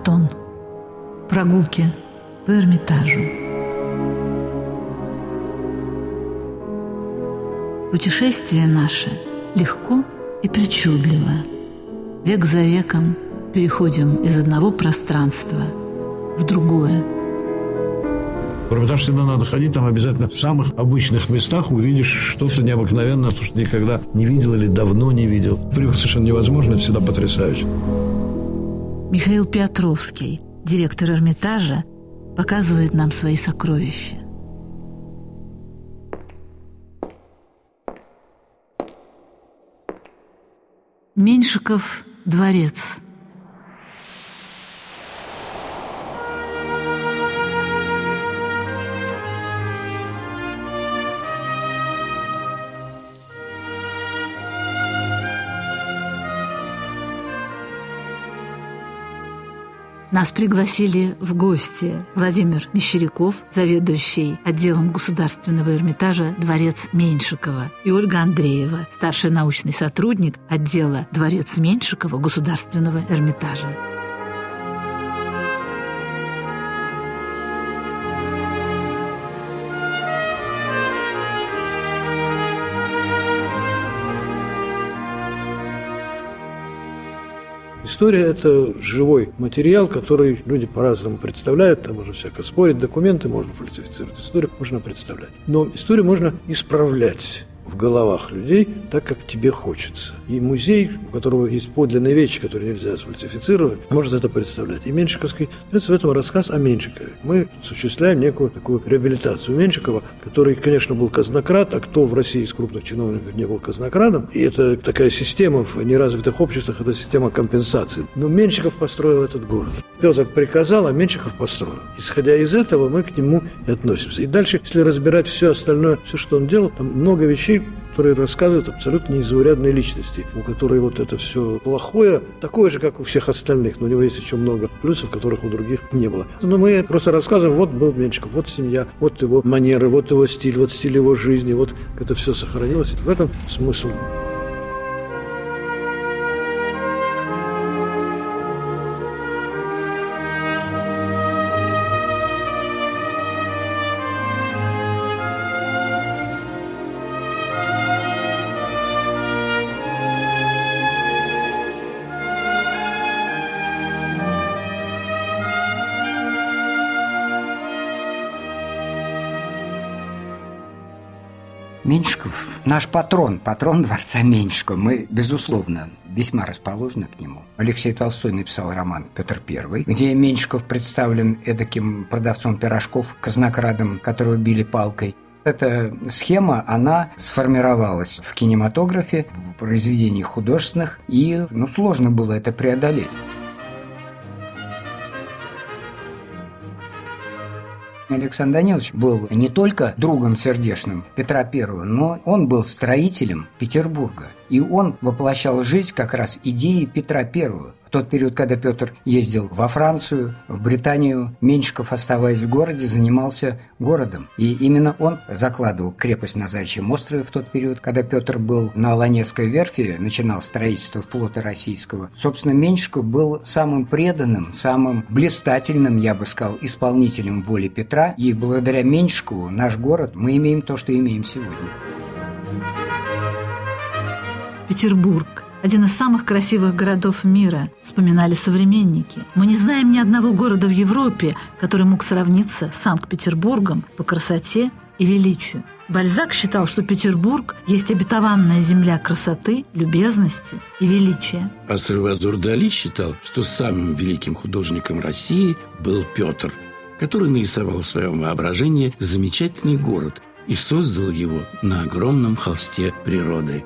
Платон. Прогулки по Эрмитажу. Путешествие наше легко и причудливо. Век за веком переходим из одного пространства в другое. В Эрмитаж всегда надо ходить, там обязательно в самых обычных местах увидишь что-то необыкновенное, то, что никогда не видел или давно не видел. Привыкнуть совершенно невозможно, это всегда потрясающе. Михаил Петровский, директор Эрмитажа, показывает нам свои сокровища. Меньшиков дворец. Нас пригласили в гости Владимир Мещеряков, заведующий отделом Государственного Эрмитажа «Дворец Меньшикова», и Ольга Андреева, старший научный сотрудник отдела «Дворец Меньшикова» Государственного Эрмитажа. История – это живой материал, который люди по-разному представляют. Там можно всяко спорить, документы можно фальсифицировать, историю можно представлять. Но историю можно исправлять в головах людей так, как тебе хочется. И музей, у которого есть подлинные вещи, которые нельзя сфальсифицировать, может это представлять. И Меньшиковский дается в этом рассказ о Меньшикове. Мы осуществляем некую такую реабилитацию Меньшикова, который, конечно, был казнократ, а кто в России из крупных чиновников не был казнокрадом? И это такая система в неразвитых обществах, это система компенсации. Но Меньшиков построил этот город. Петр приказал, а Меньшиков построил. Исходя из этого, мы к нему и относимся. И дальше, если разбирать все остальное, все, что он делал, там много вещей, которые рассказывают абсолютно незаурядной личности, у которой вот это все плохое, такое же, как у всех остальных, но у него есть еще много плюсов, которых у других не было. Но мы просто рассказываем, вот был Меньшиков, вот семья, вот его манеры, вот его стиль, вот стиль его жизни, вот это все сохранилось. В этом смысл. Меньшиков – наш патрон дворца Меньшикова. Мы, безусловно, весьма расположены к нему. Алексей Толстой написал роман «Петр I», где Меньшиков представлен эдаким продавцом пирожков, казнокрадом, которого били палкой. Эта схема, она сформировалась в кинематографе, в произведениях художественных, и сложно было это преодолеть. Александр Данилович был не только другом сердечным Петра I, но он был строителем Петербурга. И он воплощал в жизнь как раз идеи Петра I. В тот период, когда Петр ездил во Францию, в Британию, Меньшиков, оставаясь в городе, занимался городом. И именно он закладывал крепость на Заячьем острове в тот период, когда Петр был на Ланецкой верфи, начинал строительство флота российского. Собственно, Меньшиков был самым преданным, самым блистательным, я бы сказал, исполнителем воли Петра. И благодаря Меньшикову наш город, мы имеем то, что имеем сегодня. Петербург – один из самых красивых городов мира, вспоминали современники. Мы не знаем ни одного города в Европе, который мог сравниться с Санкт-Петербургом по красоте и величию. Бальзак считал, что Петербург есть обетованная земля красоты, любезности и величия. А Сальвадор Дали считал, что самым великим художником России был Петр, который нарисовал в своем воображении замечательный город и создал его на огромном холсте природы.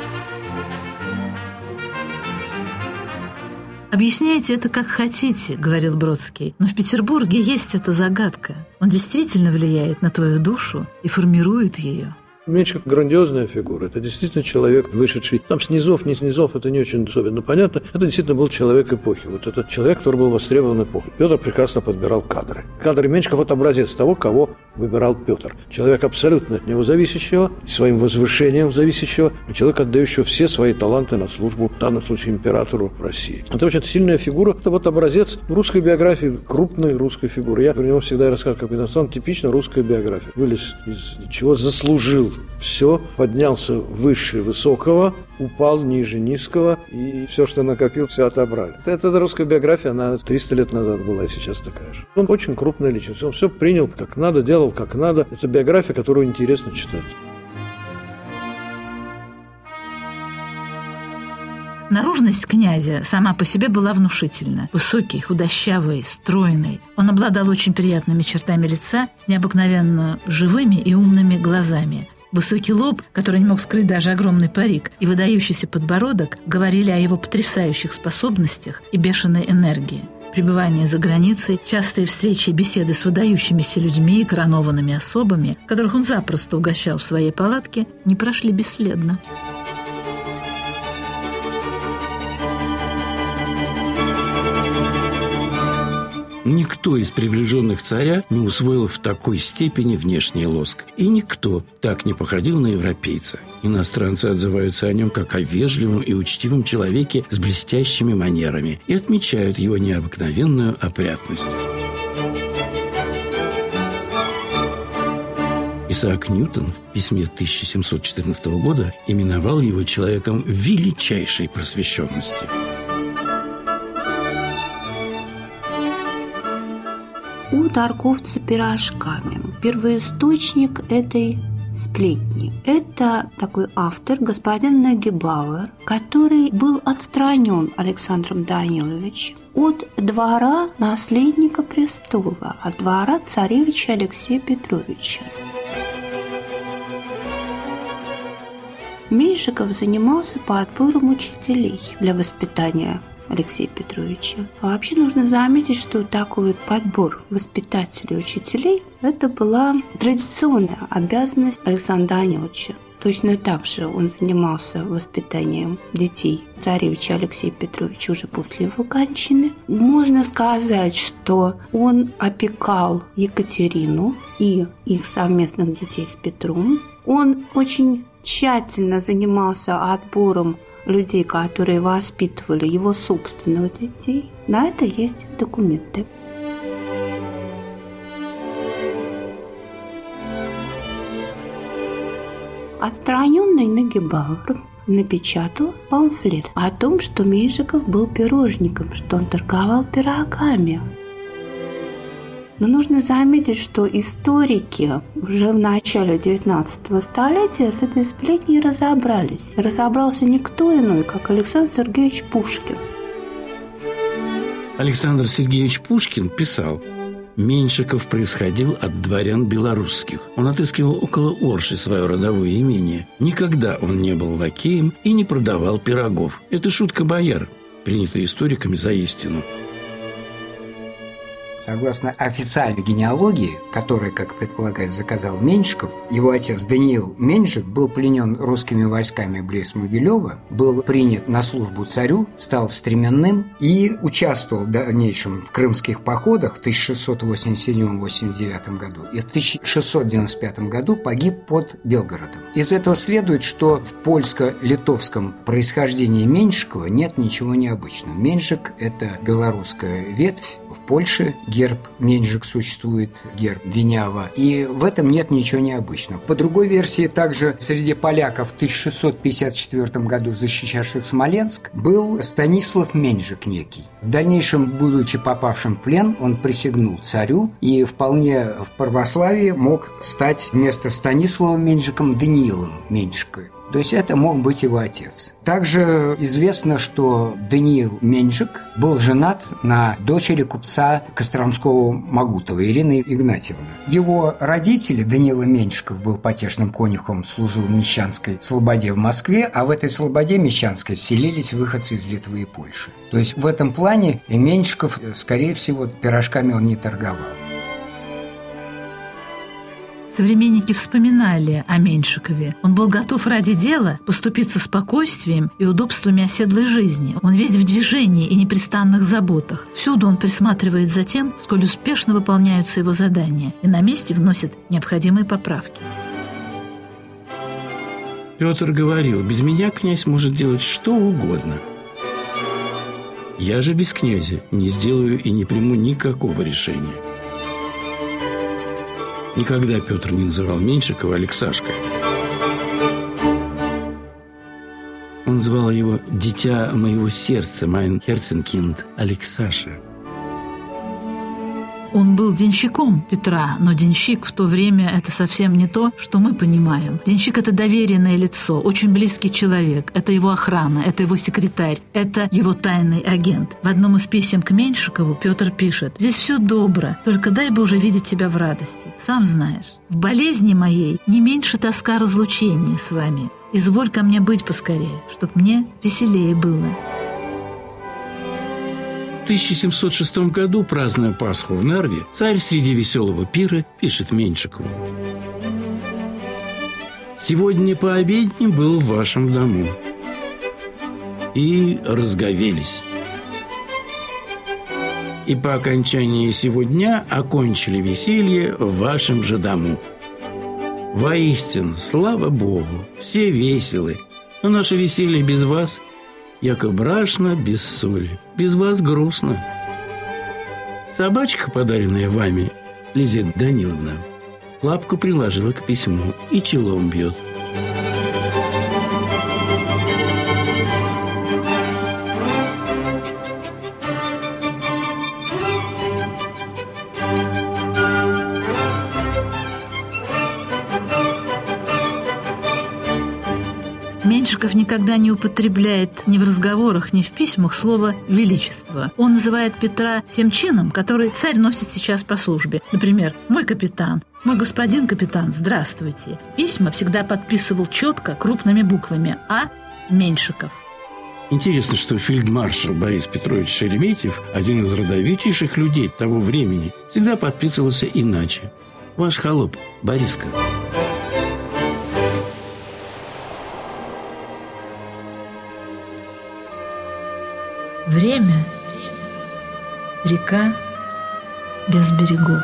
«Объясняйте это как хотите», — говорил Бродский, «но в Петербурге есть эта загадка. Он действительно влияет на твою душу и формирует ее». Меньшиков грандиозная фигура. Это действительно человек, вышедший... Там снизов, не снизов, это не очень особенно понятно. Это действительно был человек эпохи. Вот этот человек, который был востребован эпохой. Петр прекрасно подбирал кадры. Кадры Меньшиков – это образец того, кого выбирал Петр. Человек абсолютно от него зависящего, своим возвышением зависящего, человек, отдающего все свои таланты на службу, в данном случае, императору России. Это очень сильная фигура. Это вот образец русской биографии, крупной русской фигуры. Я про него всегда рассказываю, как иностранец, типично русская биография. Вылез из чего заслужил все, поднялся выше высокого, упал ниже низкого, и все, что накопил, все отобрали. Эта русская биография, она 300 лет назад была, и сейчас такая же. Он очень крупная личность. Он все принял как надо, делал как надо. Это биография, которую интересно читать. Наружность князя сама по себе была внушительна. Высокий, худощавый, стройный. Он обладал очень приятными чертами лица с необыкновенно живыми и умными глазами. Высокий лоб, который не мог скрыть даже огромный парик, и выдающийся подбородок говорили о его потрясающих способностях и бешеной энергии. Пребывание за границей, частые встречи и беседы с выдающимися людьми и коронованными особами, которых он запросто угощал в своей палатке, не прошли бесследно. Никто из приближенных царя не усвоил в такой степени внешний лоск. И никто так не походил на европейца. Иностранцы отзываются о нем как о вежливом и учтивом человеке с блестящими манерами и отмечают его необыкновенную опрятность. Исаак Ньютон в письме 1714 года именовал его человеком величайшей просвещенности. У торговца пирожками. Первоисточник этой сплетни. Это такой автор, господин Негебауэр, который был отстранен Александром Даниловичем от двора наследника престола, от двора царевича Алексея Петровича. Меньшиков занимался подбором учителей для воспитания Алексея Петровича. А вообще нужно заметить, что такой вот подбор воспитателей и учителей – это была традиционная обязанность Александра Даниловича. Точно так же он занимался воспитанием детей царевича Алексея Петровича уже после его кончины. Можно сказать, что он опекал Екатерину и их совместных детей с Петром. Он очень тщательно занимался отбором людей, которые воспитывали его собственных детей. На это есть документы. Отстраненный Негебауэр напечатал памфлет о том, что Меньшиков был пирожником, что он торговал пирогами. Но нужно заметить, что историки уже в начале 19 столетия с этой сплетней разобрались. Разобрался никто иной, как Александр Сергеевич Пушкин. Александр Сергеевич Пушкин писал: Меньшиков происходил от дворян белорусских. Он отыскивал около Орши свое родовое имение. Никогда он не был лакеем и не продавал пирогов. Это шутка бояр, принятая историками за истину. Согласно официальной генеалогии, которую, как предполагается, заказал Меньшиков, его отец Даниил Меньшик был пленен русскими войсками близ Могилева, был принят на службу царю, стал стременным и участвовал в дальнейшем в крымских походах в 1687-89 году и в 1695 году погиб под Белгородом. Из этого следует, что в польско-литовском происхождении Меньшикова нет ничего необычного. Меньшик – это белорусская ветвь. В Польше герб Меньшик существует, герб Винява, и в этом нет ничего необычного. По другой версии, также среди поляков в 1654 году, защищавших Смоленск, был Станислав Меньшик некий. В дальнейшем, будучи попавшим в плен, он присягнул царю и вполне в православии мог стать вместо Станислава Меньшиком Даниилом Меньшиком. То есть это мог быть его отец. Также известно, что Даниил Меньшик был женат на дочери купца Костромского Магутова Ирины Игнатьевны. Его родители, Даниила Меньшиков был потешным конюхом, служил в Мещанской слободе в Москве, а в этой слободе Мещанской селились выходцы из Литвы и Польши. То есть в этом плане Меньшиков, скорее всего, пирожками он не торговал. Современники вспоминали о Меньшикове. Он был готов ради дела поступиться спокойствием и удобствами оседлой жизни. Он весь в движении и непрестанных заботах. Всюду он присматривает за тем, сколь успешно выполняются его задания, и на месте вносит необходимые поправки. Петр говорил: без меня князь может делать что угодно. Я же без князя не сделаю и не приму никакого решения. Никогда Петр не называл Меньшикова Алексашкой. Он звал его «дитя моего сердца», «mein Herzenkind», Алексаша. Он был денщиком Петра, но денщик в то время – это совсем не то, что мы понимаем. Денщик – это доверенное лицо, очень близкий человек. Это его охрана, это его секретарь, это его тайный агент. В одном из писем к Меньшикову Петр пишет: «Здесь все добро, только дай бы уже видеть тебя в радости. Сам знаешь, в болезни моей не меньше тоска разлучения с вами. Изволь ко мне быть поскорее, чтоб мне веселее было». В 1706 году, празднуя Пасху в Нарве, царь среди веселого пира пишет Меньшикову: «Сегодня пообедни был в вашем дому, и разговелись. И по окончании сего дня окончили веселье в вашем же дому. Воистину, слава Богу, все веселы, но наше веселье без вас яко брашно без соли, без вас грустно. Собачка, подаренная вами, Лизавета Даниловна, лапку приложила к письму и челом бьет». Меньшиков никогда не употребляет ни в разговорах, ни в письмах слово «величество». Он называет Петра тем чином, который царь носит сейчас по службе. Например, «мой капитан», «мой господин капитан, здравствуйте». Письма всегда подписывал четко, крупными буквами «А. Меньшиков». Интересно, что фельдмаршал Борис Петрович Шереметьев, один из родовитейших людей того времени, всегда подписывался иначе: «Ваш холоп, Бориска». Время – река без берегов.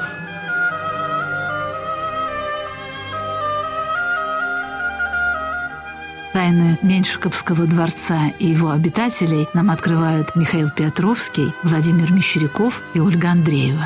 Тайны Меньшиковского дворца и его обитателей нам открывают Михаил Петровский, Владимир Мещеряков и Ольга Андреева.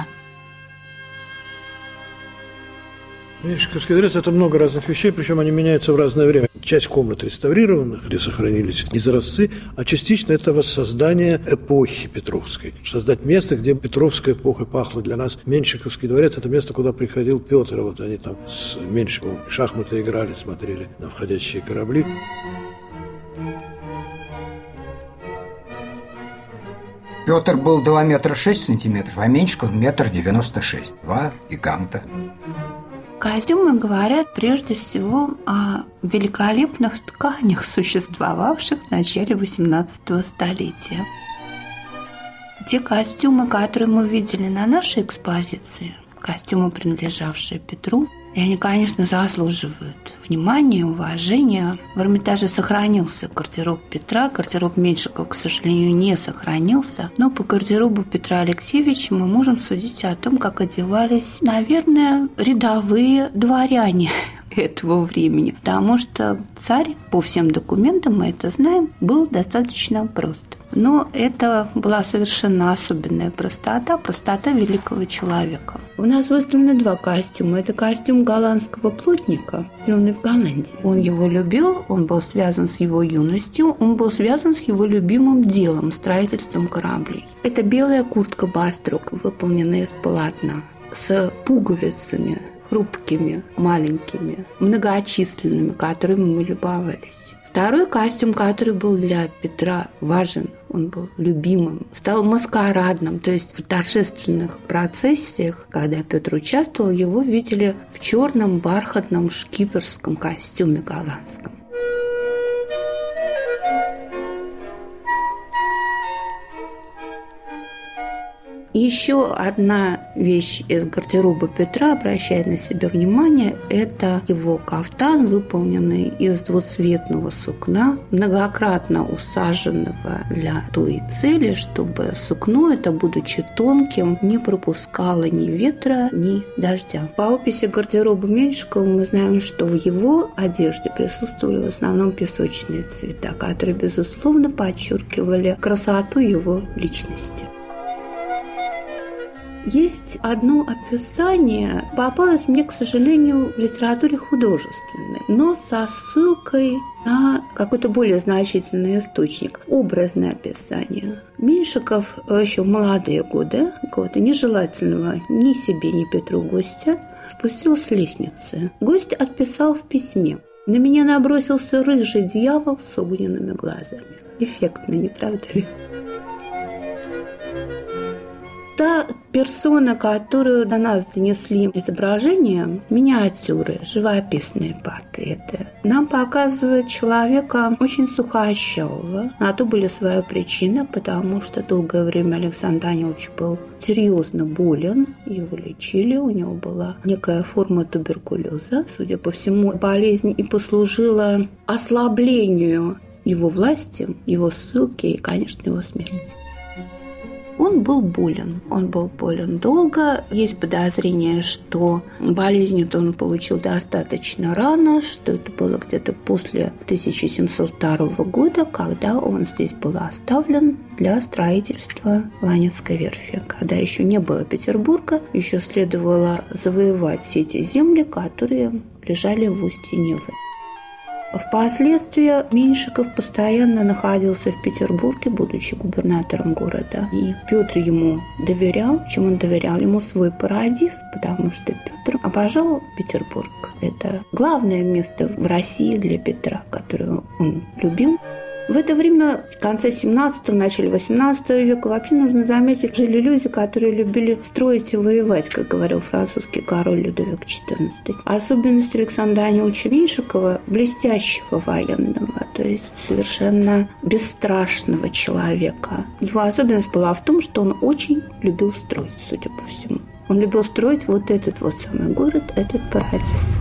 Меньшиковский дворец – это много разных вещей, причем они меняются в разное время. Часть комнат реставрирована, где сохранились изразцы, а частично это воссоздание эпохи Петровской. Создать место, где Петровская эпоха пахла. Для нас Меньшиковский дворец – это место, куда приходил Петр. Вот они там с Меньшиковым шахматы играли, смотрели на входящие корабли. Петр был 2 метра 6 сантиметров, а Меньшиков 1,96 м. 2 гиганта. Костюмы говорят прежде всего о великолепных тканях, существовавших в начале XVIII столетия. Те костюмы, которые мы видели на нашей экспозиции, костюмы, принадлежавшие Петру, и они, конечно, заслуживают внимания, уважения. В Эрмитаже сохранился гардероб Петра, гардероб Меньшикова, к сожалению, не сохранился. Но по гардеробу Петра Алексеевича мы можем судить о том, как одевались, наверное, рядовые дворяне этого времени. Потому что царь, по всем документам, мы это знаем, был достаточно прост. Но это была совершенно особенная простота, простота великого человека. У нас выставлены 2 костюма. Это костюм голландского плотника, сделанный в Голландии. Он его любил, он был связан с его юностью, он был связан с его любимым делом – строительством кораблей. Это белая куртка баструк, выполненная из полотна, с пуговицами, хрупкими, маленькими, многочисленными, которыми мы любовались. Второй костюм, который был для Петра важен, он был любимым, стал маскарадным, то есть в торжественных процессиях, когда Петр участвовал, его видели в черном бархатном шкиперском костюме голландском. Еще одна вещь из гардероба Петра обращает на себя внимание – это его кафтан, выполненный из двуцветного сукна, многократно усаженного для той цели, чтобы сукно это, будучи тонким, не пропускало ни ветра, ни дождя. По описи гардероба Меньшикова мы знаем, что в его одежде присутствовали в основном песочные цвета, которые, безусловно, подчеркивали красоту его личности. Есть одно описание, попалось мне, к сожалению, в литературе художественной, но со ссылкой на какой-то более значительный источник. Образное описание. Меньшиков еще в молодые годы, какого-то нежелательного ни себе, ни Петру гостя, спустился с лестницы. Гость отписал в письме: «На меня набросился рыжий дьявол с огненными глазами». Эффектно, не правда ли? Та персона, которую до нас донесли изображения, миниатюры, живописные портреты, нам показывают человека очень сухощавого. На то были свои причины, потому что долгое время Александр Данилович был серьезно болен, его лечили, у него была некая форма туберкулеза. Судя по всему, болезнь и послужила ослаблению его власти, его ссылки и, конечно, его смерти. Он был болен долго. Есть подозрение, что болезнь-то он получил достаточно рано, что это было где-то после 1702 года, когда он здесь был оставлен для строительства Ланецкой верфи. Когда еще не было Петербурга, еще следовало завоевать все эти земли, которые лежали в устье Невы. Впоследствии Меньшиков постоянно находился в Петербурге, будучи губернатором города. И Петр ему доверял. Чем он доверял? Ему свой Парадис, потому что Петр обожал Петербург. Это главное место в России для Петра, которое он любил. В это время, в конце 17-го, начале 18 века, вообще нужно заметить, жили люди, которые любили строить и воевать, как говорил французский король Людовик XIV. Особенность Александра Даниловича Меньшикова – блестящего военного, то есть совершенно бесстрашного человека. Его особенность была в том, что он очень любил строить, судя по всему. Он любил строить вот этот вот самый город, этот Парадис.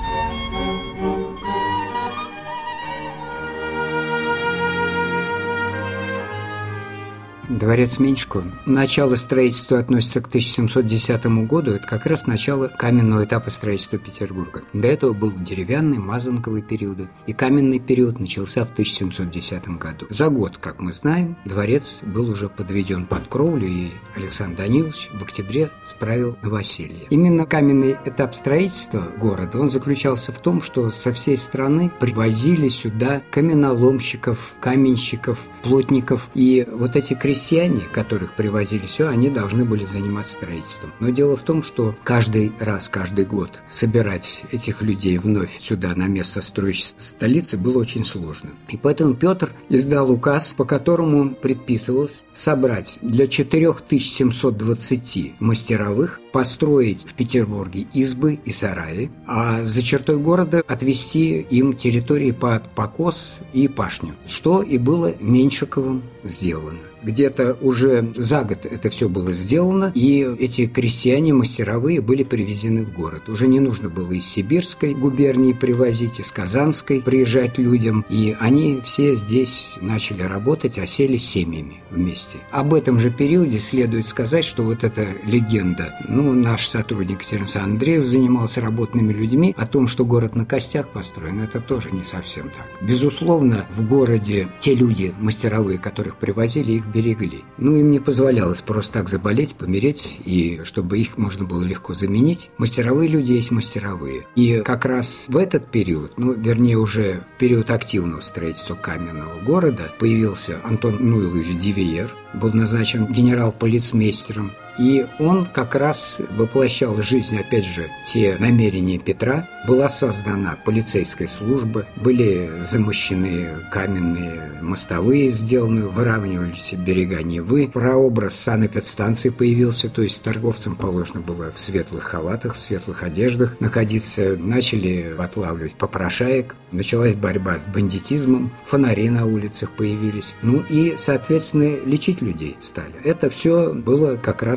Дворец Меньшикова. Начало строительства относится к 1710 году. Это как раз начало каменного этапа строительства Петербурга. До этого был деревянный, мазанковый период. И каменный период начался в 1710 году. За год, как мы знаем, дворец был уже подведен под кровлю, и Александр Данилович в октябре справил новоселье. Именно каменный этап строительства города, он заключался в том, что со всей страны привозили сюда каменоломщиков, каменщиков, плотников. И вот эти крестьяне, которых привозили сюда, они должны были заниматься строительством. Но дело в том, что каждый год собирать этих людей вновь сюда на место строящейся столицы было очень сложно. И поэтому Петр издал указ, по которому предписывалось собрать для 4720 мастеровых, построить в Петербурге избы и сараи, а за чертой города отвести им территории под покос и пашню, что и было Меньшиковым сделано. Где-то уже за год это все было сделано, и эти крестьяне мастеровые были привезены в город. Уже не нужно было из Сибирской губернии привозить, из Казанской приезжать людям, и они все здесь начали работать, осели семьями вместе. Об этом же периоде следует сказать, что вот эта легенда, наш сотрудник Екатерин Андреев занимался работными людьми, о том, что город на костях построен, это тоже не совсем так. Безусловно, в городе те люди мастеровые, которых привозили, их берегли. Им не позволялось просто так заболеть, помереть, и чтобы их можно было легко заменить. Мастеровые люди есть мастеровые. И как раз в этот период, вернее уже в период активного строительства каменного города, появился Антон Нуилович Дивиер, был назначен генерал-полицмейстером. И он как раз воплощал в жизнь, опять же, те намерения Петра. Была создана полицейская служба, были замощены каменные мостовые, сделаны, выравнивались берега Невы. Прообраз санэпидстанции появился, то есть торговцам положено было в светлых халатах, в светлых одеждах находиться. Начали отлавливать попрошаек, началась борьба с бандитизмом, фонари на улицах появились. И, соответственно, лечить людей стали. Это все было как раз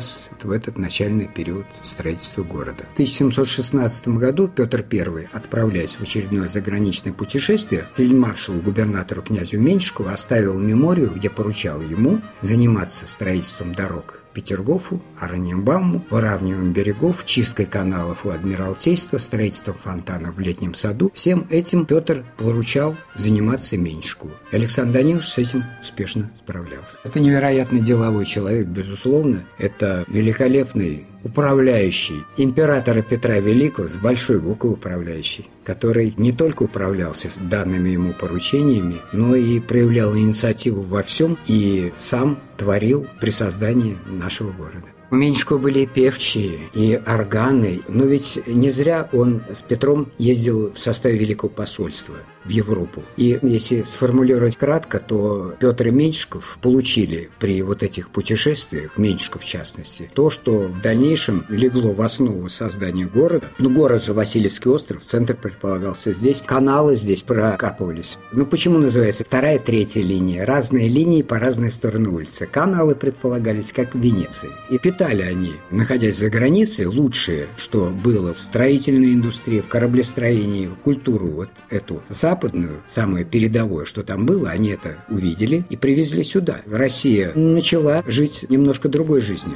раз в этот начальный период строительства города. В 1716 году Петр I, отправляясь в очередное заграничное путешествие, фельдмаршалу-губернатору князю Меньшикову оставил меморию, где поручал ему заниматься строительством дорог Петергофу, Араньенбауму, выравниванием берегов, чисткой каналов у Адмиралтейства, строительством фонтанов в Летнем саду. Всем этим Петр поручал заниматься Меньшикову. Александр Данилович с этим успешно справлялся. Это невероятно деловой человек, безусловно. Это великолепный управляющий императора Петра Великого, с большой буквы управляющий, который не только управлялся с данными ему поручениями, но и проявлял инициативу во всем и сам творил при создании нашего города. У Меньшикова были и певчие, и органы, но ведь не зря он с Петром ездил в составе Великого посольства в Европу. И если сформулировать кратко, то Петр и Меньшиков получили при вот этих путешествиях, Меньшиков в частности, то, что в дальнейшем легло в основу создания города. Ну, город же Васильевский остров, центр предполагался здесь, каналы здесь прокапывались. Ну, почему называется вторая, третья линия? Разные линии по разные стороны улицы. Каналы предполагались, как в Венеции. И питали они, находясь за границей, лучшее, что было в строительной индустрии, в кораблестроении, культуру вот эту западную, самое передовое, что там было, они это увидели и привезли сюда. Россия начала жить немножко другой жизнью.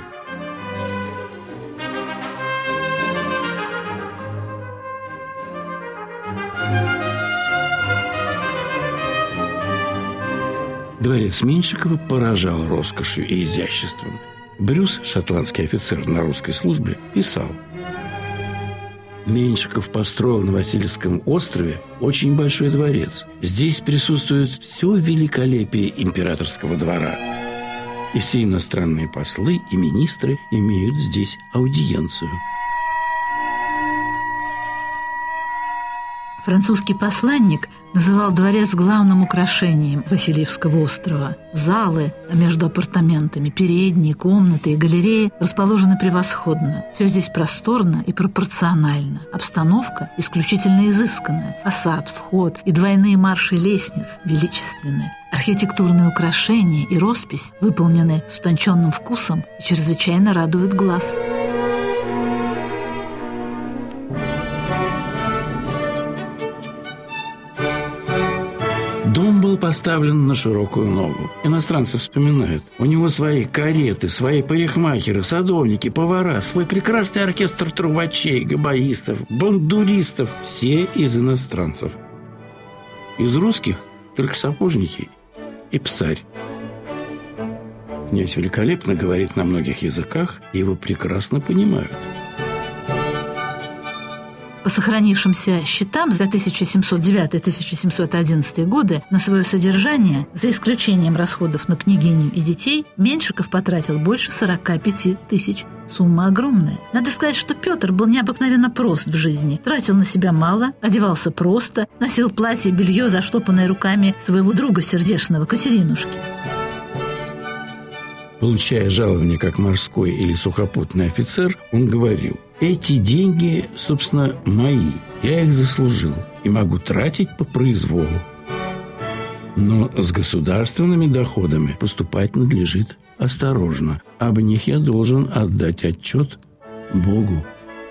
Дворец Меньшикова поражал роскошью и изяществом. Брюс, шотландский офицер на русской службе, писал: Меньшиков построил на Васильевском острове очень большой дворец. Здесь присутствует все великолепие императорского двора. И все иностранные послы и министры имеют здесь аудиенцию. Французский посланник называл дворец главным украшением Васильевского острова. Залы, а между апартаментами передние, комнаты и галереи расположены превосходно. Все здесь просторно и пропорционально. Обстановка исключительно изысканная. Фасад, вход и двойные марши лестниц величественны. Архитектурные украшения и роспись выполнены с утонченным вкусом и чрезвычайно радуют глаз. Дом был поставлен на широкую ногу. Иностранцы вспоминают. У него свои кареты, свои парикмахеры, садовники, повара, свой прекрасный оркестр трубачей, габаистов, бандуристов. Все из иностранцев. Из русских только сапожники и псарь. Князь великолепно говорит на многих языках, и его прекрасно понимают. По сохранившимся счетам за 1709-1711 годы на свое содержание, за исключением расходов на княгиню и детей, Меньшиков потратил больше 45 тысяч. Сумма огромная. Надо сказать, что Петр был необыкновенно прост в жизни. Тратил на себя мало, одевался просто, носил платье и белье, заштопанное руками своего друга сердечного Катеринушки. Получая жалование как морской или сухопутный офицер, он говорил: эти деньги, собственно, мои, я их заслужил и могу тратить по произволу. Но с государственными доходами поступать надлежит осторожно. Об них я должен отдать отчет Богу.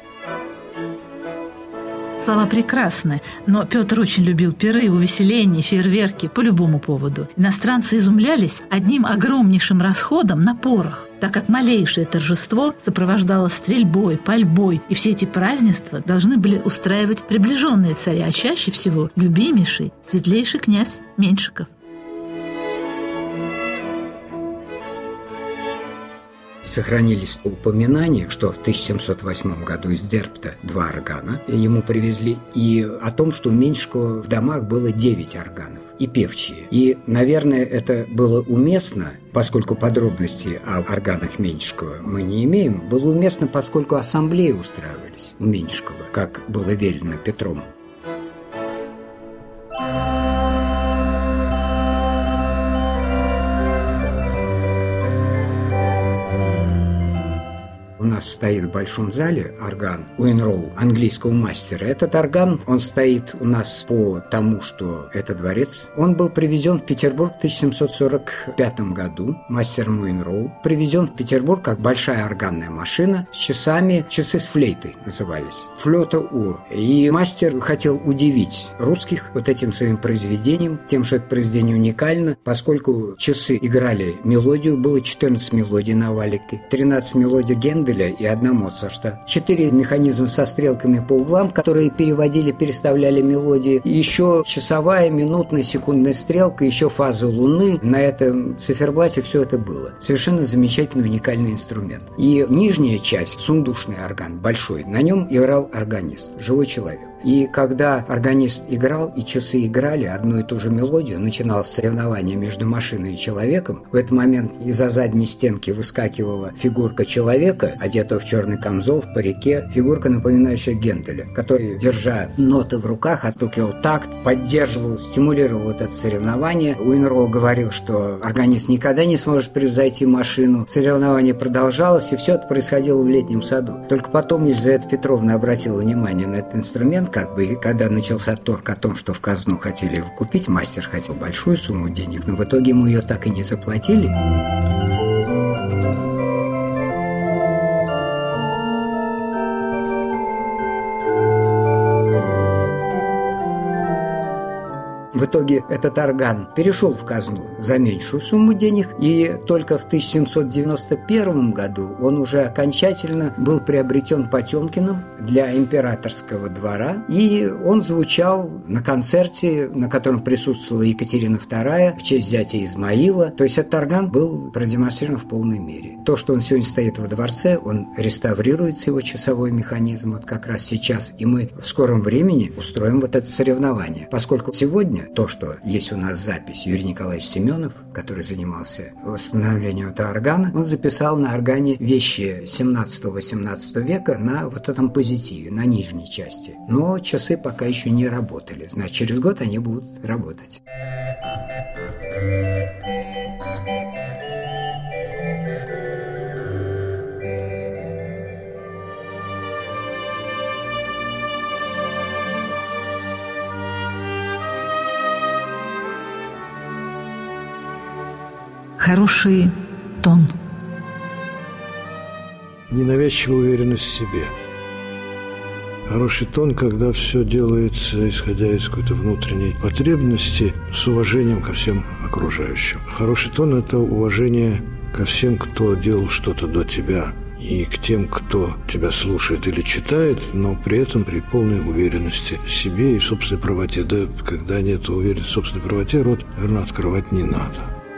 Слова прекрасны, но Петр очень любил пиры, увеселения, фейерверки по любому поводу. Иностранцы изумлялись одним огромнейшим расходом на порох, так как малейшее торжество сопровождалось стрельбой, пальбой, и все эти празднества должны были устраивать приближенные царя, а чаще всего любимейший, светлейший князь Меньшиков. Сохранились упоминания, что в 1708 году из Дерпта 2 органа ему привезли, и о том, что у Меньшикова в домах было 9 органов и певчие. И, наверное, это было уместно, поскольку подробностей о органах Меньшикова мы не имеем, было уместно, поскольку ассамблеи устраивались у Меньшикова, как было велено Петром. у нас стоит в большом зале орган Уинроу, английского мастера. Этот орган, он стоит у нас по тому, что это дворец. Он был привезен в Петербург в 1745 году мастером Уинроу. Привезен в Петербург как большая органная машина с часами, часы с флейтой назывались, флёта ур. И мастер хотел удивить русских вот этим своим произведением, тем, что это произведение уникально, поскольку часы играли мелодию, было 14 мелодий на валике, 13 мелодий Генделя и 1 Моцарта, 4 механизма со стрелками по углам, которые переводили, переставляли мелодии, еще часовая, минутная, секундная стрелка, еще фазы Луны. На этом циферблате все это было. Совершенно замечательный, уникальный инструмент. И нижняя часть, сундушный орган, большой, на нем играл органист, живой человек. И когда органист играл и часы играли одну и ту же мелодию, начиналось соревнование между машиной и человеком. В этот момент из-за задней стенки выскакивала фигурка человека, одетого в черный камзол, в парике, фигурка, напоминающая Генделя, который, держа ноты в руках, отстукивал такт, поддерживал, стимулировал это соревнование. Уинроу говорил, что органист никогда не сможет превзойти машину. Соревнование продолжалось, и все это происходило в летнем саду. Только потом Елизавета Петровна обратила внимание на этот инструмент, и когда начался торг о том, что в казну хотели его купить, мастер хотел большую сумму денег, но в итоге ему ее так и не заплатили. В итоге этот орган перешел в казну за меньшую сумму денег, и только в 1791 году он уже окончательно был приобретен Потемкиным для императорского двора, и он звучал на концерте, на котором присутствовала Екатерина II в честь зятя Измаила. То есть этот орган был продемонстрирован в полной мере. То, что он сегодня стоит во дворце, он реставрируется, его часовой механизм, вот как раз сейчас, и мы в скором времени устроим вот это соревнование, поскольку сегодня то, что есть у нас запись, Юрий Николаевич Семенов, который занимался восстановлением этого органа, он записал на органе вещи 17-18 века на вот этом позитиве, на нижней части. Но часы пока еще не работали. Значит, через год они будут работать. Хороший тон. Ненавязчивая уверенность в себе. Хороший тон, когда все делается, исходя из какой-то внутренней потребности, с уважением ко всем окружающим. Хороший тон – это уважение ко всем, кто делал что-то до тебя, и к тем, кто тебя слушает или читает, но при этом при полной уверенности в себе и в собственной правоте. Да, когда нет уверенности в собственной правоте, рот, наверное, открывать не надо.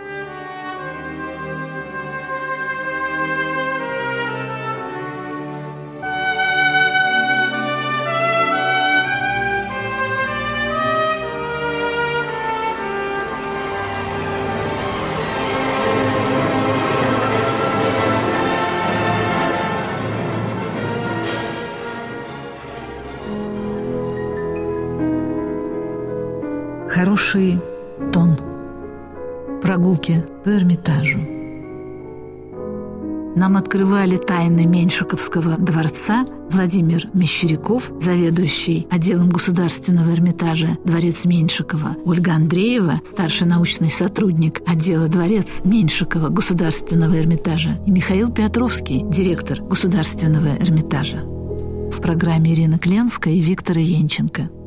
Хороший тон. Прогулки по Эрмитажу. Нам открывали тайны Меньшиковского дворца Владимир Мещеряков, заведующий отделом Государственного Эрмитажа «Дворец Меньшикова», Ольга Андреева, старший научный сотрудник отдела «Дворец Меньшикова» Государственного Эрмитажа, и Михаил Петровский, директор Государственного Эрмитажа. В программе Ирина Кленская и Виктор Янченко.